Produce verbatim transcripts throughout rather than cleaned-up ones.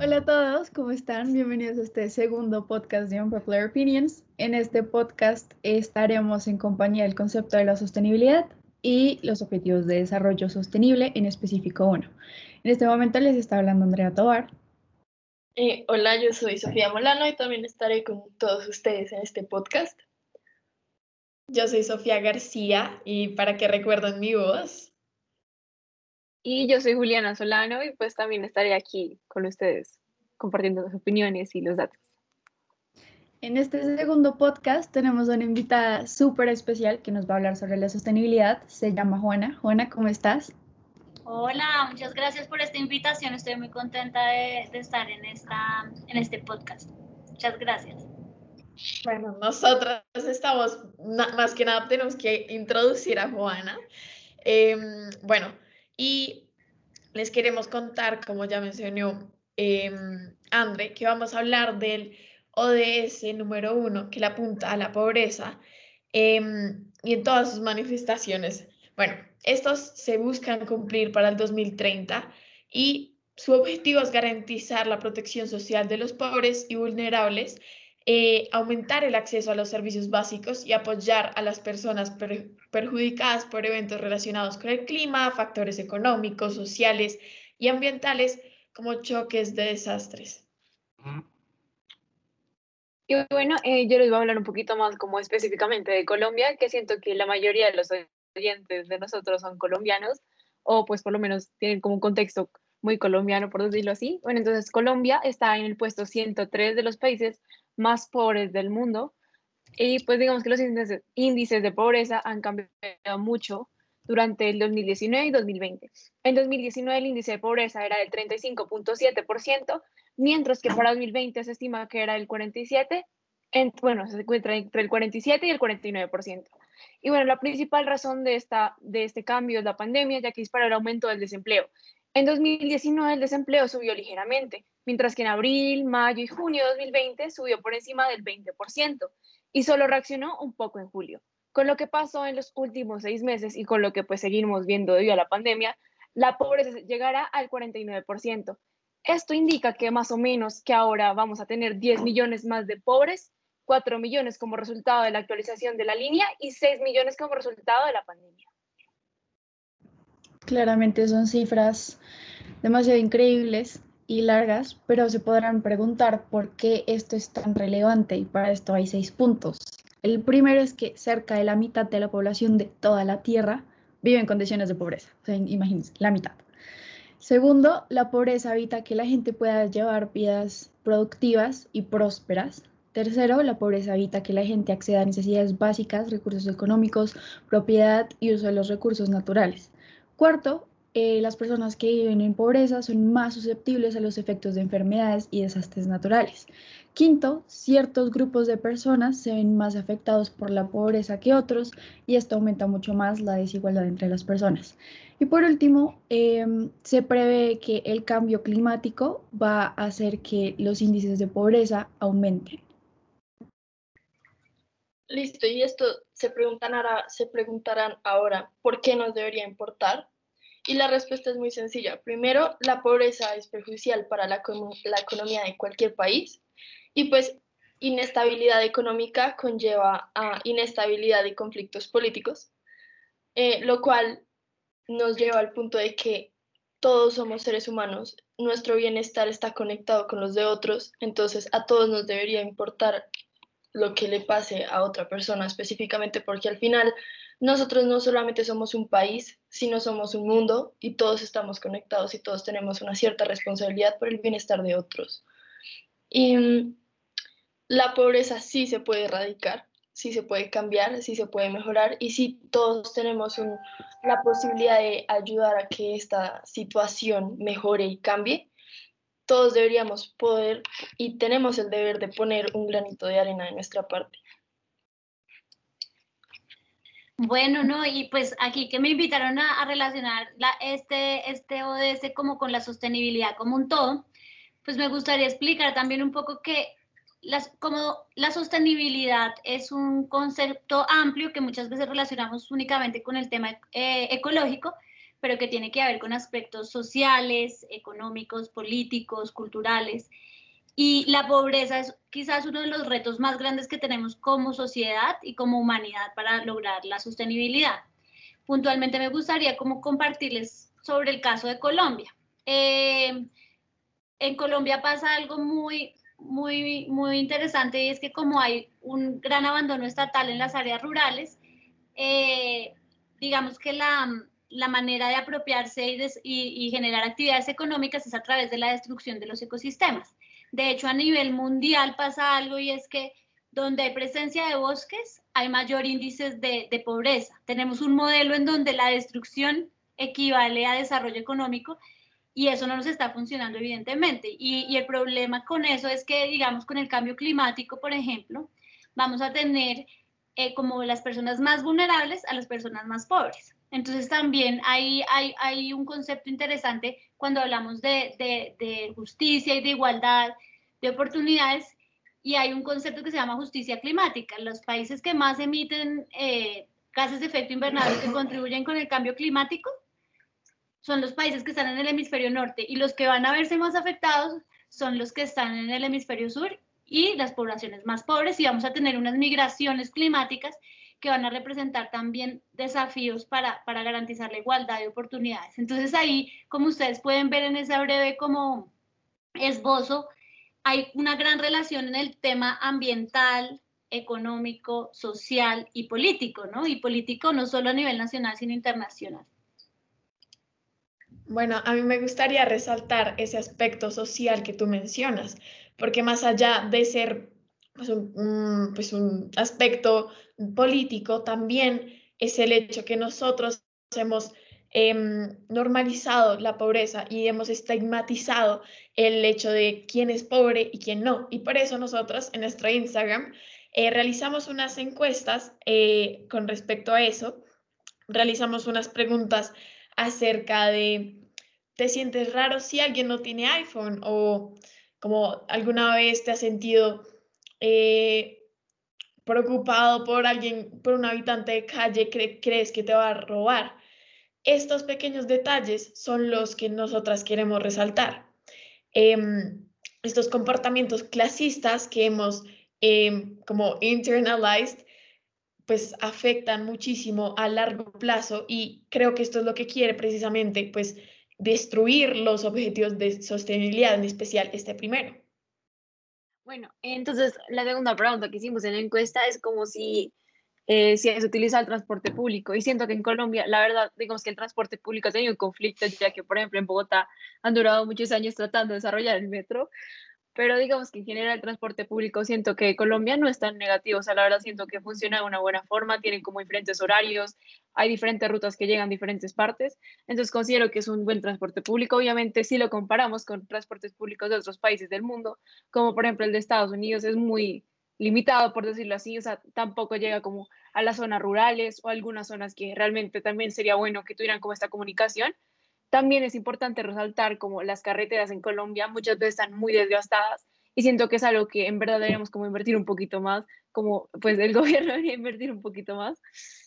Hola a todos, ¿cómo están? Bienvenidos a este segundo podcast de Unpopular Opinions. En este podcast estaremos en compañía del concepto de la sostenibilidad y los objetivos de desarrollo sostenible, en específico uno. En este momento les está hablando Andrea Tovar. Eh, hola, yo soy Sofía Molano y también estaré con todos ustedes en este podcast. Yo soy Sofía García y para que recuerden mi voz. Y yo soy Juliana Solano y pues también estaré aquí con ustedes compartiendo las opiniones y los datos. En este segundo podcast tenemos una invitada súper especial que nos va a hablar sobre la sostenibilidad. Se llama Juana. Juana, ¿cómo estás? Hola, muchas gracias por esta invitación. Estoy muy contenta de, de estar en, esta, en este podcast. Muchas gracias. Bueno, nosotros estamos, más que nada tenemos que introducir a Juana. Eh, bueno, y les queremos contar, como ya mencionó eh, Andre, que vamos a hablar del O D S número uno, que le apunta a la pobreza eh, y en todas sus manifestaciones. Bueno, estos se buscan cumplir para el dos mil treinta y su objetivo es garantizar la protección social de los pobres y vulnerables, eh, aumentar el acceso a los servicios básicos y apoyar a las personas per perjudicadas por eventos relacionados con el clima, factores económicos, sociales y ambientales como choques de desastres. Y bueno, eh, yo les voy a hablar un poquito más como específicamente de Colombia, que siento que la mayoría de los oyentes de nosotros son colombianos, o pues por lo menos tienen como un contexto muy colombiano, por decirlo así. Bueno, entonces Colombia está en el puesto ciento tres de los países más pobres del mundo, y pues digamos que los índices, índices de pobreza han cambiado mucho durante el dos mil diecinueve y dos mil veinte. En dos mil diecinueve el índice de pobreza era del treinta y cinco punto siete por ciento, mientras que para dos mil veinte se estima que era el cuarenta y siete por ciento, en, bueno, se encuentra entre el cuarenta y siete y el cuarenta y nueve por ciento. Y bueno, la principal razón de, esta, de este cambio es la pandemia, ya que disparó el aumento del desempleo. En dos mil diecinueve el desempleo subió ligeramente, mientras que en abril, mayo y junio de dos mil veinte subió por encima del veinte por ciento y solo reaccionó un poco en julio. Con lo que pasó en los últimos seis meses y con lo que pues seguimos viendo debido a la pandemia, la pobreza llegará al cuarenta y nueve por ciento. Esto indica que más o menos que ahora vamos a tener diez millones más de pobres, cuatro millones como resultado de la actualización de la línea y seis millones como resultado de la pandemia. Claramente son cifras demasiado increíbles y largas, pero se podrán preguntar por qué esto es tan relevante, y para esto hay seis puntos. El primero es que cerca de la mitad de la población de toda la Tierra vive en condiciones de pobreza, o sea, imagínense, la mitad. Segundo, la pobreza evita que la gente pueda llevar vidas productivas y prósperas. Tercero, la pobreza evita que la gente acceda a necesidades básicas, recursos económicos, propiedad y uso de los recursos naturales. Cuarto, eh, las personas que viven en pobreza son más susceptibles a los efectos de enfermedades y desastres naturales. Quinto, ciertos grupos de personas se ven más afectados por la pobreza que otros y esto aumenta mucho más la desigualdad entre las personas. Y por último, eh, se prevé que el cambio climático va a hacer que los índices de pobreza aumenten. Listo, y esto se preguntan ahora, se preguntarán ahora, ¿por qué nos debería importar? Y la respuesta es muy sencilla. Primero, la pobreza es perjudicial para la, la economía de cualquier país y pues inestabilidad económica conlleva a inestabilidad y conflictos políticos, eh, lo cual nos lleva al punto de que todos somos seres humanos, nuestro bienestar está conectado con los de otros, entonces a todos nos debería importar lo que le pase a otra persona específicamente, porque al final nosotros no solamente somos un país, sino somos un mundo y todos estamos conectados y todos tenemos una cierta responsabilidad por el bienestar de otros. Y mm, la pobreza sí se puede erradicar, sí se puede cambiar, sí se puede mejorar y sí todos tenemos un, la posibilidad de ayudar a que esta situación mejore y cambie. Todos deberíamos poder y tenemos el deber de poner un granito de arena de nuestra parte. Bueno, no, y pues aquí que me invitaron a, a relacionar la, este, este O D S como con la sostenibilidad como un todo, pues me gustaría explicar también un poco que las, como la sostenibilidad es un concepto amplio que muchas veces relacionamos únicamente con el tema eh, ecológico, pero que tiene que ver con aspectos sociales, económicos, políticos, culturales. Y la pobreza es quizás uno de los retos más grandes que tenemos como sociedad y como humanidad para lograr la sostenibilidad. Puntualmente me gustaría como compartirles sobre el caso de Colombia. Eh, en Colombia pasa algo muy, muy, muy interesante, y es que como hay un gran abandono estatal en las áreas rurales, eh, digamos que la, la manera de apropiarse y, des, y, y generar actividades económicas es a través de la destrucción de los ecosistemas. De hecho, a nivel mundial pasa algo, y es que donde hay presencia de bosques hay mayor índice de, de pobreza. Tenemos un modelo en donde la destrucción equivale a desarrollo económico, y eso no nos está funcionando evidentemente. Y, y el problema con eso es que, digamos, con el cambio climático, por ejemplo, vamos a tener eh, como las personas más vulnerables a las personas más pobres. Entonces también hay, hay, hay un concepto interesante cuando hablamos de, de, de justicia y de igualdad de oportunidades, y hay un concepto que se llama justicia climática. Los países que más emiten eh, gases de efecto invernadero que contribuyen con el cambio climático son los países que están en el hemisferio norte, y los que van a verse más afectados son los que están en el hemisferio sur y las poblaciones más pobres, y vamos a tener unas migraciones climáticas que van a representar también desafíos para, para garantizar la igualdad de oportunidades. Entonces ahí, como ustedes pueden ver en ese breve como esbozo, hay una gran relación en el tema ambiental, económico, social y político, ¿no? Y político no solo a nivel nacional, sino internacional. Bueno, a mí me gustaría resaltar ese aspecto social que tú mencionas, porque más allá de ser pues un, un, pues un aspecto político, también es el hecho que nosotros hemos eh, normalizado la pobreza y hemos estigmatizado el hecho de quién es pobre y quién no. Y por eso nosotros en nuestro Instagram eh, realizamos unas encuestas eh, con respecto a eso, realizamos unas preguntas acerca de, ¿te sientes raro si alguien no tiene iPhone? O como alguna vez te has sentido eh, preocupado por alguien, por un habitante de calle, cre crees que te va a robar. Estos pequeños detalles son los que nosotras queremos resaltar. Eh, estos comportamientos clasistas que hemos eh, como internalized, pues afectan muchísimo a largo plazo, y creo que esto es lo que quiere precisamente, pues destruir los objetivos de sostenibilidad, en especial este primero. Bueno, entonces la segunda pregunta que hicimos en la encuesta es como si, eh, si se utiliza el transporte público, y siento que en Colombia, la verdad, digamos que el transporte público ha tenido conflictos, ya que por ejemplo en Bogotá han durado muchos años tratando de desarrollar el metro, pero digamos que en general el transporte público siento que Colombia no es tan negativo, o sea, la verdad siento que funciona de una buena forma, tienen como diferentes horarios, hay diferentes rutas que llegan a diferentes partes, entonces considero que es un buen transporte público. Obviamente si lo comparamos con transportes públicos de otros países del mundo, como por ejemplo el de Estados Unidos, es muy limitado, por decirlo así, o sea, tampoco llega como a las zonas rurales o algunas zonas que realmente también sería bueno que tuvieran como esta comunicación. También es importante resaltar como las carreteras en Colombia muchas veces están muy desgastadas, y siento que es algo que en verdad deberíamos como invertir un poquito más, como pues el gobierno debería invertir un poquito más.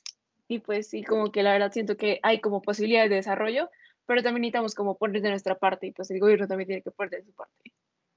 Y pues sí, como que la verdad siento que hay como posibilidades de desarrollo, pero también necesitamos como poner de nuestra parte, y pues el gobierno también tiene que poner de su parte.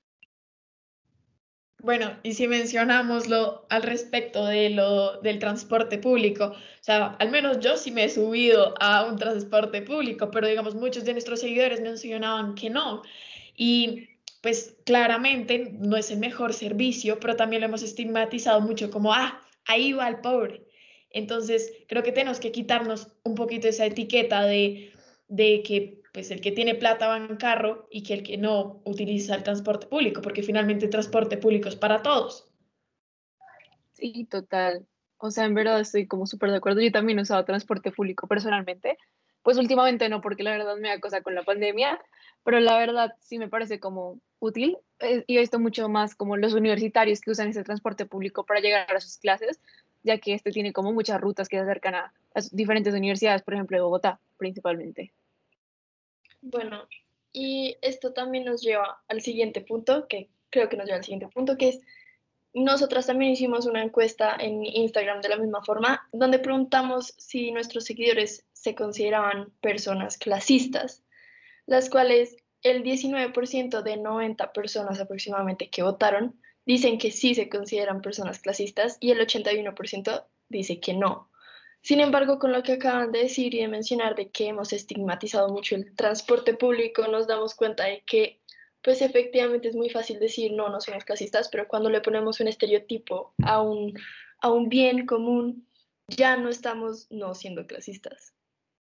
Bueno, y si mencionamos lo al respecto de lo del transporte público, o sea, al menos yo sí me he subido a un transporte público, pero digamos muchos de nuestros seguidores mencionaban que no. Y pues claramente no es el mejor servicio, pero también lo hemos estigmatizado mucho como, ah, ahí va el pobre. Entonces, creo que tenemos que quitarnos un poquito esa etiqueta de, de que pues el que tiene plata va en carro y que el que no utiliza el transporte público, porque finalmente el transporte público es para todos. Sí, total. O sea, en verdad estoy como súper de acuerdo. Yo también he usado transporte público personalmente. Pues últimamente no, porque la verdad me da cosa con la pandemia, pero la verdad sí me parece como útil. Eh, y he visto mucho más como los universitarios que usan ese transporte público para llegar a sus clases, ya que este tiene como muchas rutas que se acercan a las diferentes universidades, por ejemplo, de Bogotá, principalmente. Bueno, y esto también nos lleva al siguiente punto, que creo que nos lleva al siguiente punto, que es nosotras también hicimos una encuesta en Instagram de la misma forma, donde preguntamos si nuestros seguidores se consideraban personas clasistas, las cuales el diecinueve por ciento de noventa personas aproximadamente que votaron dicen que sí se consideran personas clasistas y el ochenta y uno por ciento dice que no. Sin embargo, con lo que acaban de decir y de mencionar de que hemos estigmatizado mucho el transporte público, nos damos cuenta de que, pues efectivamente es muy fácil decir no, no somos clasistas, pero cuando le ponemos un estereotipo a un, a un bien común, ya no estamos no siendo clasistas.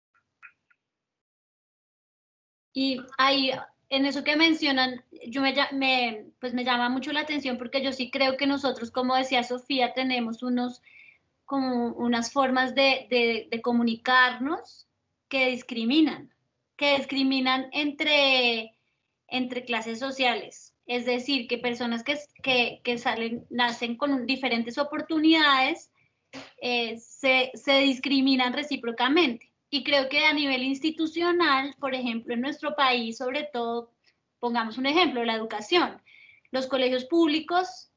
Y ahí, en eso que mencionan, yo me, me, pues me llama mucho la atención porque yo sí creo que nosotros, como decía Sofía, tenemos unos, como unas formas de, de, de comunicarnos que discriminan, que discriminan entre, entre clases sociales. Es decir, que personas que, que, que salen, nacen con diferentes oportunidades eh, se, se discriminan recíprocamente. Y creo que a nivel institucional, por ejemplo, en nuestro país, sobre todo, pongamos un ejemplo, la educación. Los colegios públicos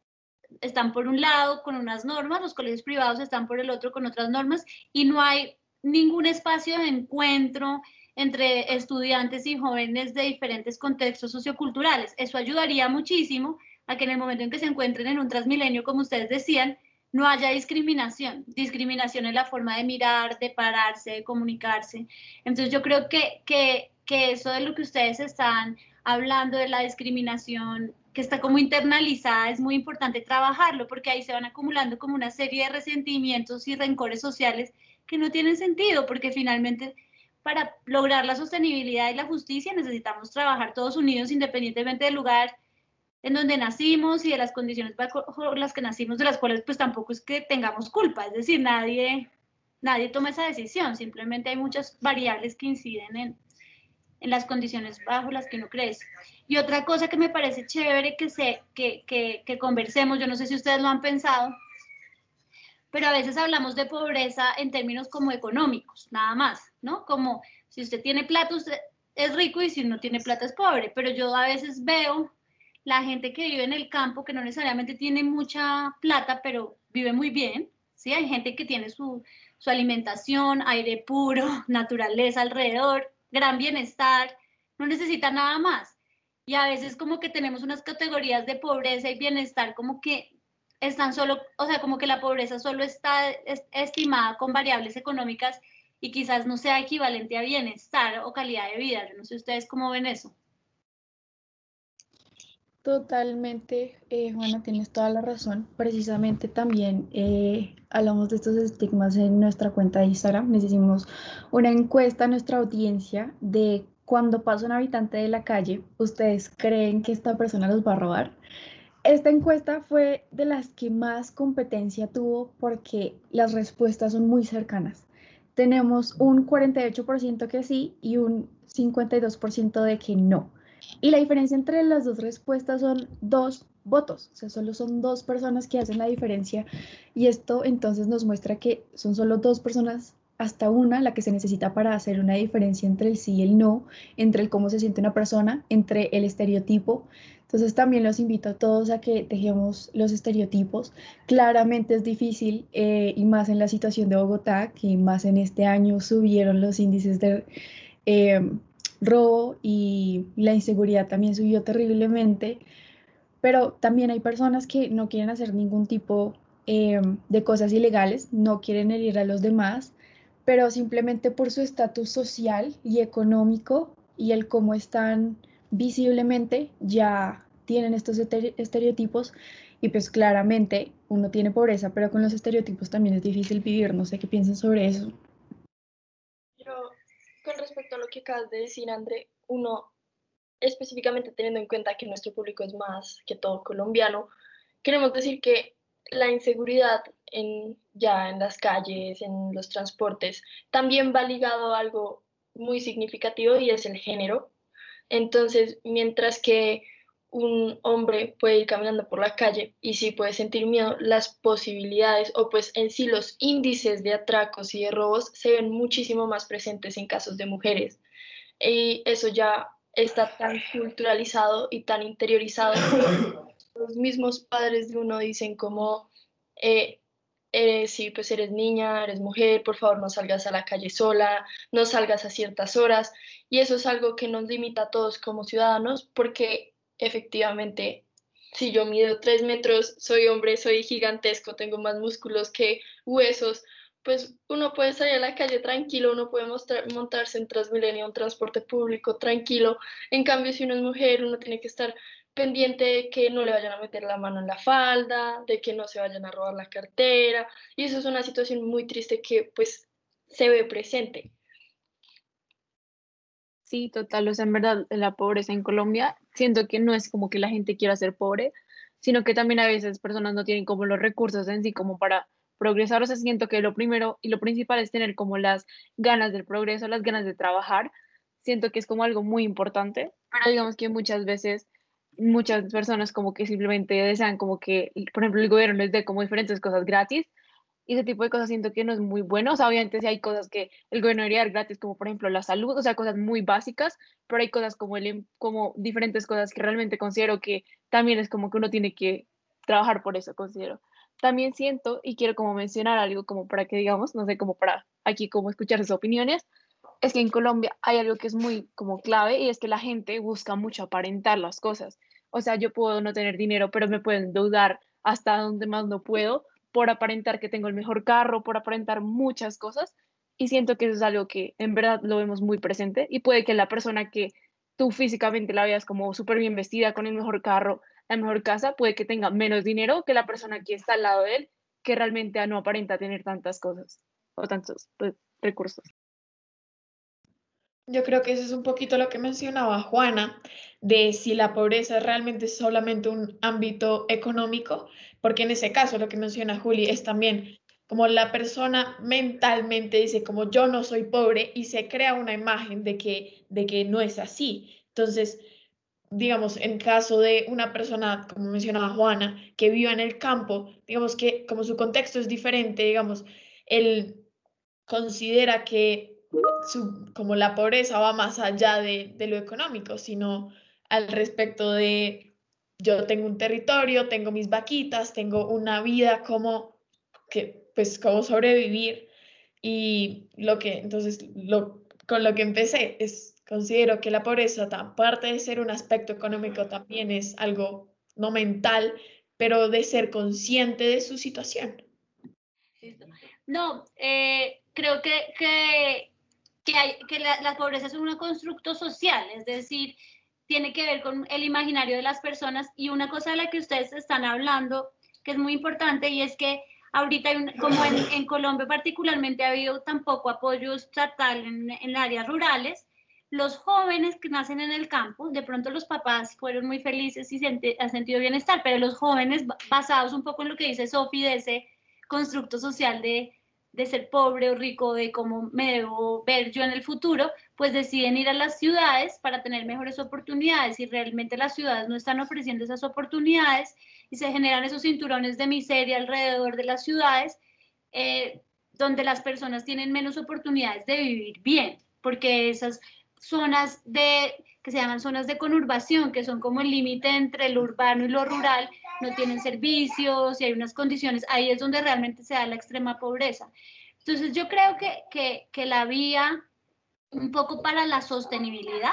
están por un lado con unas normas, los colegios privados están por el otro con otras normas, y no hay ningún espacio de encuentro entre estudiantes y jóvenes de diferentes contextos socioculturales. Eso ayudaría muchísimo a que en el momento en que se encuentren en un Transmilenio, como ustedes decían, no haya discriminación. Discriminación en la forma de mirar, de pararse, de comunicarse. Entonces yo creo que, que, que eso de lo que ustedes están hablando de la discriminación que está como internalizada, es muy importante trabajarlo, porque ahí se van acumulando como una serie de resentimientos y rencores sociales que no tienen sentido, porque finalmente para lograr la sostenibilidad y la justicia necesitamos trabajar todos unidos independientemente del lugar en donde nacimos y de las condiciones bajo las que nacimos, de las cuales pues tampoco es que tengamos culpa, es decir, nadie, nadie toma esa decisión, simplemente hay muchas variables que inciden en, en las condiciones bajo las que uno crece. Y otra cosa que me parece chévere que, se, que, que, que conversemos, yo no sé si ustedes lo han pensado, pero a veces hablamos de pobreza en términos como económicos, nada más, ¿no? Como si usted tiene plata, usted es rico y si no tiene plata es pobre, pero yo a veces veo la gente que vive en el campo, que no necesariamente tiene mucha plata, pero vive muy bien, ¿sí? Hay gente que tiene su, su alimentación, aire puro, naturaleza alrededor, gran bienestar, no necesita nada más. Y a veces como que tenemos unas categorías de pobreza y bienestar como que están solo, o sea, como que la pobreza solo está estimada con variables económicas y quizás no sea equivalente a bienestar o calidad de vida. Yo no sé ustedes cómo ven eso. Totalmente, eh, Juana, tienes toda la razón. Precisamente también eh, hablamos de estos estigmas en nuestra cuenta de Instagram. Les hicimos una encuesta a nuestra audiencia de cuando pasa un habitante de la calle, ¿ustedes creen que esta persona los va a robar? Esta encuesta fue de las que más competencia tuvo porque las respuestas son muy cercanas. Tenemos un cuarenta y ocho por ciento que sí y un cincuenta y dos por ciento de que no. Y la diferencia entre las dos respuestas son dos votos, o sea, solo son dos personas que hacen la diferencia y esto entonces nos muestra que son solo dos personas, hasta una, la que se necesita para hacer una diferencia entre el sí y el no, entre el cómo se siente una persona, entre el estereotipo. Entonces también los invito a todos a que dejemos los estereotipos. Claramente es difícil eh, y más en la situación de Bogotá, que más en este año subieron los índices de eh, robo y la inseguridad también subió terriblemente, pero también hay personas que no quieren hacer ningún tipo eh, de cosas ilegales, no quieren herir a los demás, pero simplemente por su estatus social y económico y el cómo están visiblemente ya tienen estos estereotipos y pues claramente uno tiene pobreza, pero con los estereotipos también es difícil vivir, no sé qué piensan sobre eso. Yo, con respecto a lo que acabas de decir, André, uno específicamente teniendo en cuenta que nuestro público es más que todo colombiano, queremos decir que la inseguridad en, ya en las calles, en los transportes, también va ligado a algo muy significativo y es el género. Entonces, mientras que un hombre puede ir caminando por la calle y sí puede sentir miedo, las posibilidades o pues en sí los índices de atracos y de robos se ven muchísimo más presentes en casos de mujeres. Y eso ya está tan culturalizado y tan interiorizado que los mismos padres de uno dicen como, eh, eh, sí, pues eres niña, eres mujer, por favor no salgas a la calle sola, no salgas a ciertas horas, y eso es algo que nos limita a todos como ciudadanos, porque efectivamente, si yo mido tres metros, soy hombre, soy gigantesco, tengo más músculos que huesos, pues uno puede salir a la calle tranquilo, uno puede mostrar, montarse en Transmilenio, un transporte público tranquilo. En cambio, si uno es mujer, uno tiene que estar pendiente de que no le vayan a meter la mano en la falda, de que no se vayan a robar la cartera, y eso es una situación muy triste que pues se ve presente. Sí, total, o sea, en verdad, la pobreza en Colombia, siento que no es como que la gente quiera ser pobre, sino que también a veces personas no tienen como los recursos en sí como para progresar, o sea, siento que lo primero y lo principal es tener como las ganas del progreso, las ganas de trabajar, siento que es como algo muy importante, pero digamos que muchas veces muchas personas como que simplemente desean como que, por ejemplo, el gobierno les dé como diferentes cosas gratis, y ese tipo de cosas siento que no es muy bueno. O sea, obviamente sí hay cosas que el gobierno debería dar gratis, como por ejemplo la salud, o sea, cosas muy básicas, pero hay cosas como, el, em- como diferentes cosas que realmente considero que también es como que uno tiene que trabajar por eso, considero. También siento, y quiero como mencionar algo como para que digamos, no sé, como para aquí como escuchar sus opiniones, es que en Colombia hay algo que es muy como clave y es que la gente busca mucho aparentar las cosas. O sea, yo puedo no tener dinero, pero me puedo endeudar hasta donde más no puedo por aparentar que tengo el mejor carro, por aparentar muchas cosas. Y siento que eso es algo que en verdad lo vemos muy presente y puede que la persona que tú físicamente la veas como súper bien vestida, con el mejor carro, la mejor casa, puede que tenga menos dinero que la persona que está al lado de él, que realmente no aparenta tener tantas cosas o tantos pues, recursos. Yo creo que eso es un poquito lo que mencionaba Juana, de si la pobreza realmente es solamente un ámbito económico, porque en ese caso lo que menciona Juli es también como la persona mentalmente dice como yo no soy pobre y se crea una imagen de que, de que no es así. Entonces, digamos, en caso de una persona, como mencionaba Juana, que viva en el campo, digamos que como su contexto es diferente, digamos, él considera que su, como la pobreza va más allá de, de lo económico, sino al respecto de yo tengo un territorio, tengo mis vaquitas, tengo una vida como que pues cómo sobrevivir y lo que entonces lo con lo que empecé es considero que la pobreza aparte de ser un aspecto económico también es algo no mental, pero de ser consciente de su situación. No, eh, creo que, que, que, hay, que la, la pobreza es un constructo social, es decir, tiene que ver con el imaginario de las personas, y una cosa de la que ustedes están hablando que es muy importante, y es que ahorita, hay un, como en, en Colombia particularmente, ha habido tan poco apoyo estatal en, en áreas rurales. Los jóvenes que nacen en el campo, de pronto los papás fueron muy felices y senti, han sentido bienestar, pero los jóvenes, basados un poco en lo que dice Sofi, de ese constructo social de, de ser pobre o rico, de cómo me debo ver yo en el futuro, pues deciden ir a las ciudades para tener mejores oportunidades, y realmente las ciudades no están ofreciendo esas oportunidades y se generan esos cinturones de miseria alrededor de las ciudades, eh, donde las personas tienen menos oportunidades de vivir bien, porque esas zonas de, que se llaman zonas de conurbación, que son como el límite entre lo urbano y lo rural, no tienen servicios y hay unas condiciones, ahí es donde realmente se da la extrema pobreza. Entonces yo creo que, que, que la vía un poco para la sostenibilidad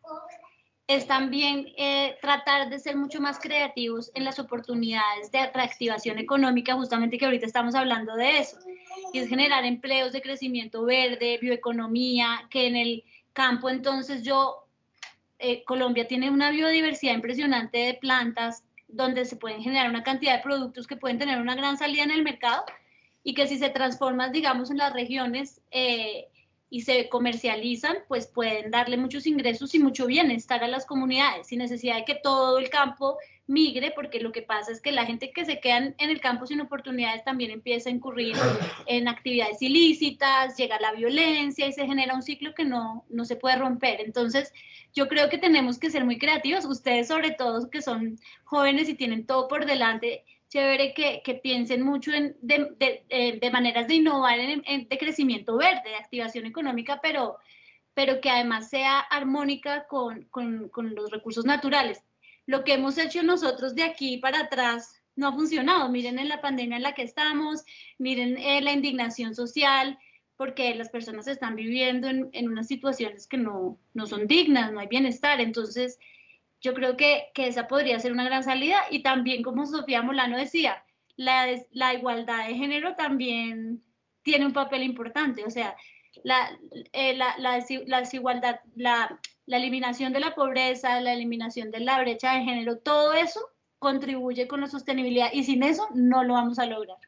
es también eh, tratar de ser mucho más creativos en las oportunidades de reactivación económica, justamente que ahorita estamos hablando de eso, y es generar empleos de crecimiento verde, bioeconomía, que en el campo entonces yo, eh, Colombia tiene una biodiversidad impresionante de plantas, donde se pueden generar una cantidad de productos que pueden tener una gran salida en el mercado, y que si se transforman, digamos, en las regiones, eh, y se comercializan, pues pueden darle muchos ingresos y mucho bienestar a las comunidades, sin necesidad de que todo el campo migre, porque lo que pasa es que la gente que se queda en el campo sin oportunidades también empieza a incurrir en actividades ilícitas, llega la violencia y se genera un ciclo que no, no se puede romper. Entonces, yo creo que tenemos que ser muy creativos, ustedes sobre todo que son jóvenes y tienen todo por delante, chévere que, que piensen mucho en, de, de, de maneras de innovar en, en, de crecimiento verde, de activación económica, pero, pero que además sea armónica con, con, con los recursos naturales. lo que hemos hecho nosotros de aquí para atrás no ha funcionado. Miren en la pandemia en la que estamos, miren eh, la indignación social, porque las personas están viviendo en, en unas situaciones que no, no son dignas, no hay bienestar. Entonces, yo creo que, que esa podría ser una gran salida. Y también, como Sofía Molano decía, la, la igualdad de género también tiene un papel importante. O sea, la, eh, la, la, la desigualdad, la, la eliminación de la pobreza, la eliminación de la brecha de género, todo eso contribuye con la sostenibilidad y sin eso no lo vamos a lograr.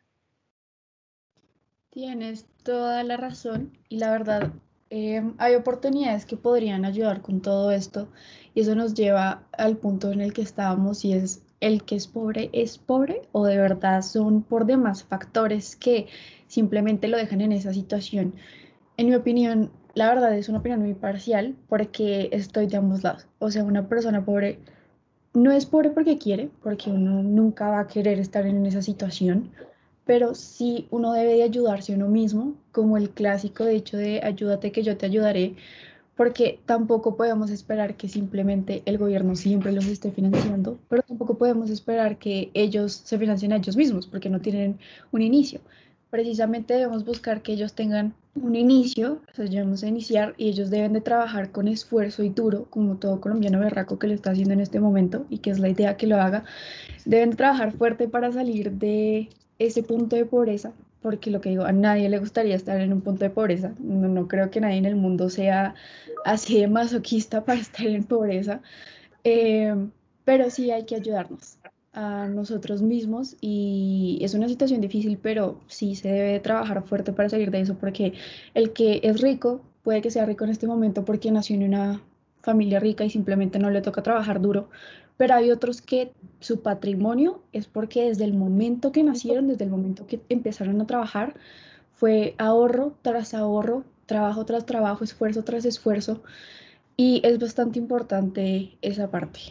Tienes toda la razón y la verdad, eh, hay oportunidades que podrían ayudar con todo esto y eso nos lleva al punto en el que estábamos y es el que es pobre es pobre o de verdad son por demás factores que simplemente lo dejan en esa situación. En mi opinión, la verdad es una opinión muy parcial porque estoy de ambos lados. O sea, una persona pobre no es pobre porque quiere, porque uno nunca va a querer estar en esa situación, pero sí uno debe de ayudarse a uno mismo, como el clásico de hecho de ayúdate que yo te ayudaré, porque tampoco podemos esperar que simplemente el gobierno siempre los esté financiando, pero tampoco podemos esperar que ellos se financien a ellos mismos, porque no tienen un inicio. Precisamente debemos buscar que ellos tengan un inicio, o sea, debemos iniciar y ellos deben de trabajar con esfuerzo y duro, como todo colombiano berraco que lo está haciendo en este momento y que es la idea que lo haga, deben trabajar fuerte para salir de ese punto de pobreza, porque lo que digo, a nadie le gustaría estar en un punto de pobreza. No, no creo que nadie en el mundo sea así de masoquista para estar en pobreza, eh, pero sí hay que ayudarnos a nosotros mismos y es una situación difícil, pero sí se debe trabajar fuerte para salir de eso, porque el que es rico puede que sea rico en este momento porque nació en una familia rica y simplemente no le toca trabajar duro, pero hay otros que su patrimonio es porque desde el momento que nacieron, desde el momento que empezaron a trabajar, fue ahorro tras ahorro, trabajo tras trabajo, esfuerzo tras esfuerzo, y es bastante importante esa parte.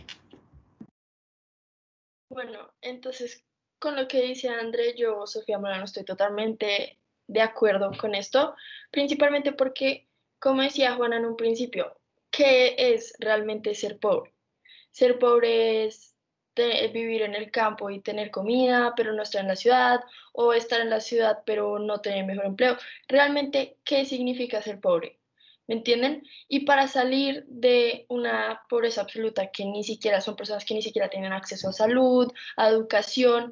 Bueno, entonces con lo que dice André, yo, Sofía Molano, estoy totalmente de acuerdo con esto, principalmente porque, como decía Juana en un principio, ¿qué es realmente ser pobre? Ser pobre es te- vivir en el campo y tener comida, pero no estar en la ciudad, o estar en la ciudad, pero no tener mejor empleo. Realmente, ¿qué significa ser pobre? ¿Me entienden? Y para salir de una pobreza absoluta, que ni siquiera son personas que ni siquiera tienen acceso a salud, a educación,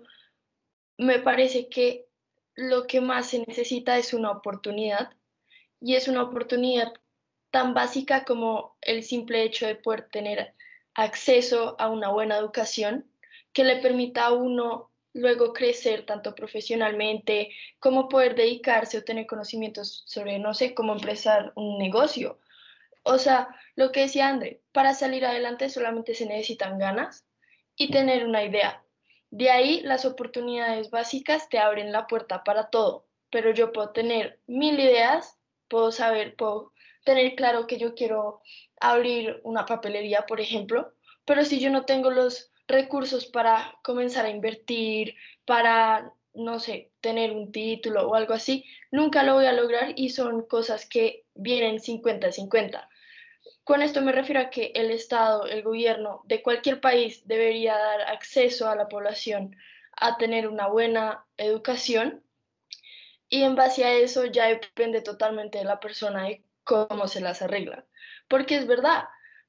me parece que lo que más se necesita es una oportunidad, y es una oportunidad tan básica como el simple hecho de poder tener acceso a una buena educación que le permita a uno luego crecer tanto profesionalmente como poder dedicarse o tener conocimientos sobre, no sé, cómo empezar un negocio. O sea, lo que decía André, para salir adelante solamente se necesitan ganas y tener una idea. De ahí las oportunidades básicas te abren la puerta para todo, pero yo puedo tener mil ideas, puedo saber, puedo tener claro que yo quiero abrir una papelería, por ejemplo, pero si yo no tengo los recursos para comenzar a invertir, para, no sé, tener un título o algo así, nunca lo voy a lograr y son cosas que vienen cincuenta cincuenta. Con esto me refiero a que el Estado, el gobierno de cualquier país debería dar acceso a la población a tener una buena educación y en base a eso ya depende totalmente de la persona de cómo se las arregla. Porque es verdad,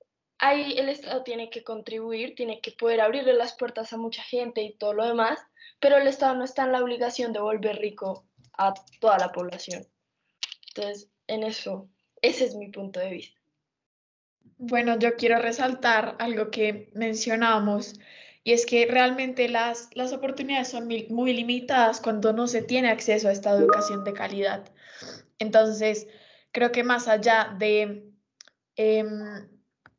ahí el Estado tiene que contribuir, tiene que poder abrirle las puertas a mucha gente y todo lo demás, pero el Estado no está en la obligación de volver rico a toda la población. Entonces, en eso, ese es mi punto de vista. Bueno, yo quiero resaltar algo que mencionábamos y es que realmente las, las oportunidades son muy, muy limitadas cuando no se tiene acceso a esta educación de calidad. Entonces, creo que más allá de em,